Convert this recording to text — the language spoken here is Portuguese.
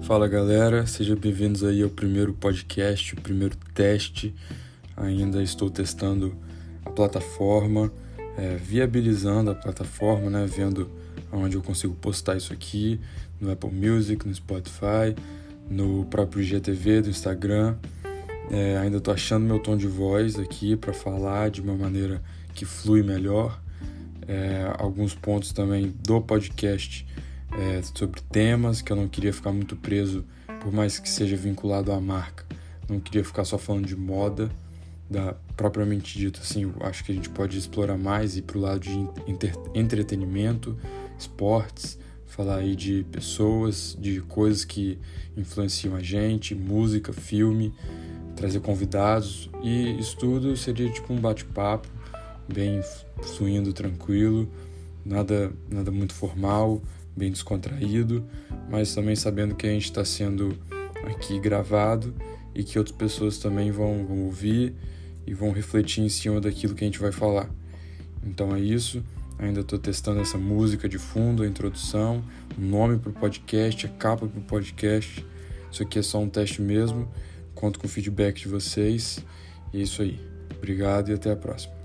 Fala galera, sejam bem-vindos aí ao primeiro podcast, o primeiro teste. Ainda estou testando a plataforma, viabilizando a plataforma, né? Vendo onde eu consigo postar isso aqui, no Apple Music, no Spotify, no próprio IGTV do Instagram. Ainda estou achando meu tom de voz aqui para falar de uma maneira que flui melhor. Alguns pontos também do podcast sobre temas que eu não queria ficar muito preso, por mais que seja vinculado à marca. Não queria ficar só falando de moda, propriamente dito, assim. Eu acho que a gente pode explorar mais e ir para o lado de entretenimento, esportes, falar aí de pessoas, de coisas que influenciam a gente, música, filme, trazer convidados, e isso tudo seria tipo um bate-papo bem fluindo, tranquilo, nada muito formal, bem descontraído, mas também sabendo que a gente está sendo aqui gravado e que outras pessoas também vão ouvir e vão refletir em cima daquilo que a gente vai falar. Então é isso, ainda estou testando essa música de fundo, a introdução, o nome para o podcast, a capa para o podcast. Isso aqui é só um teste mesmo, conto com o feedback de vocês, e é isso aí. Obrigado e até a próxima.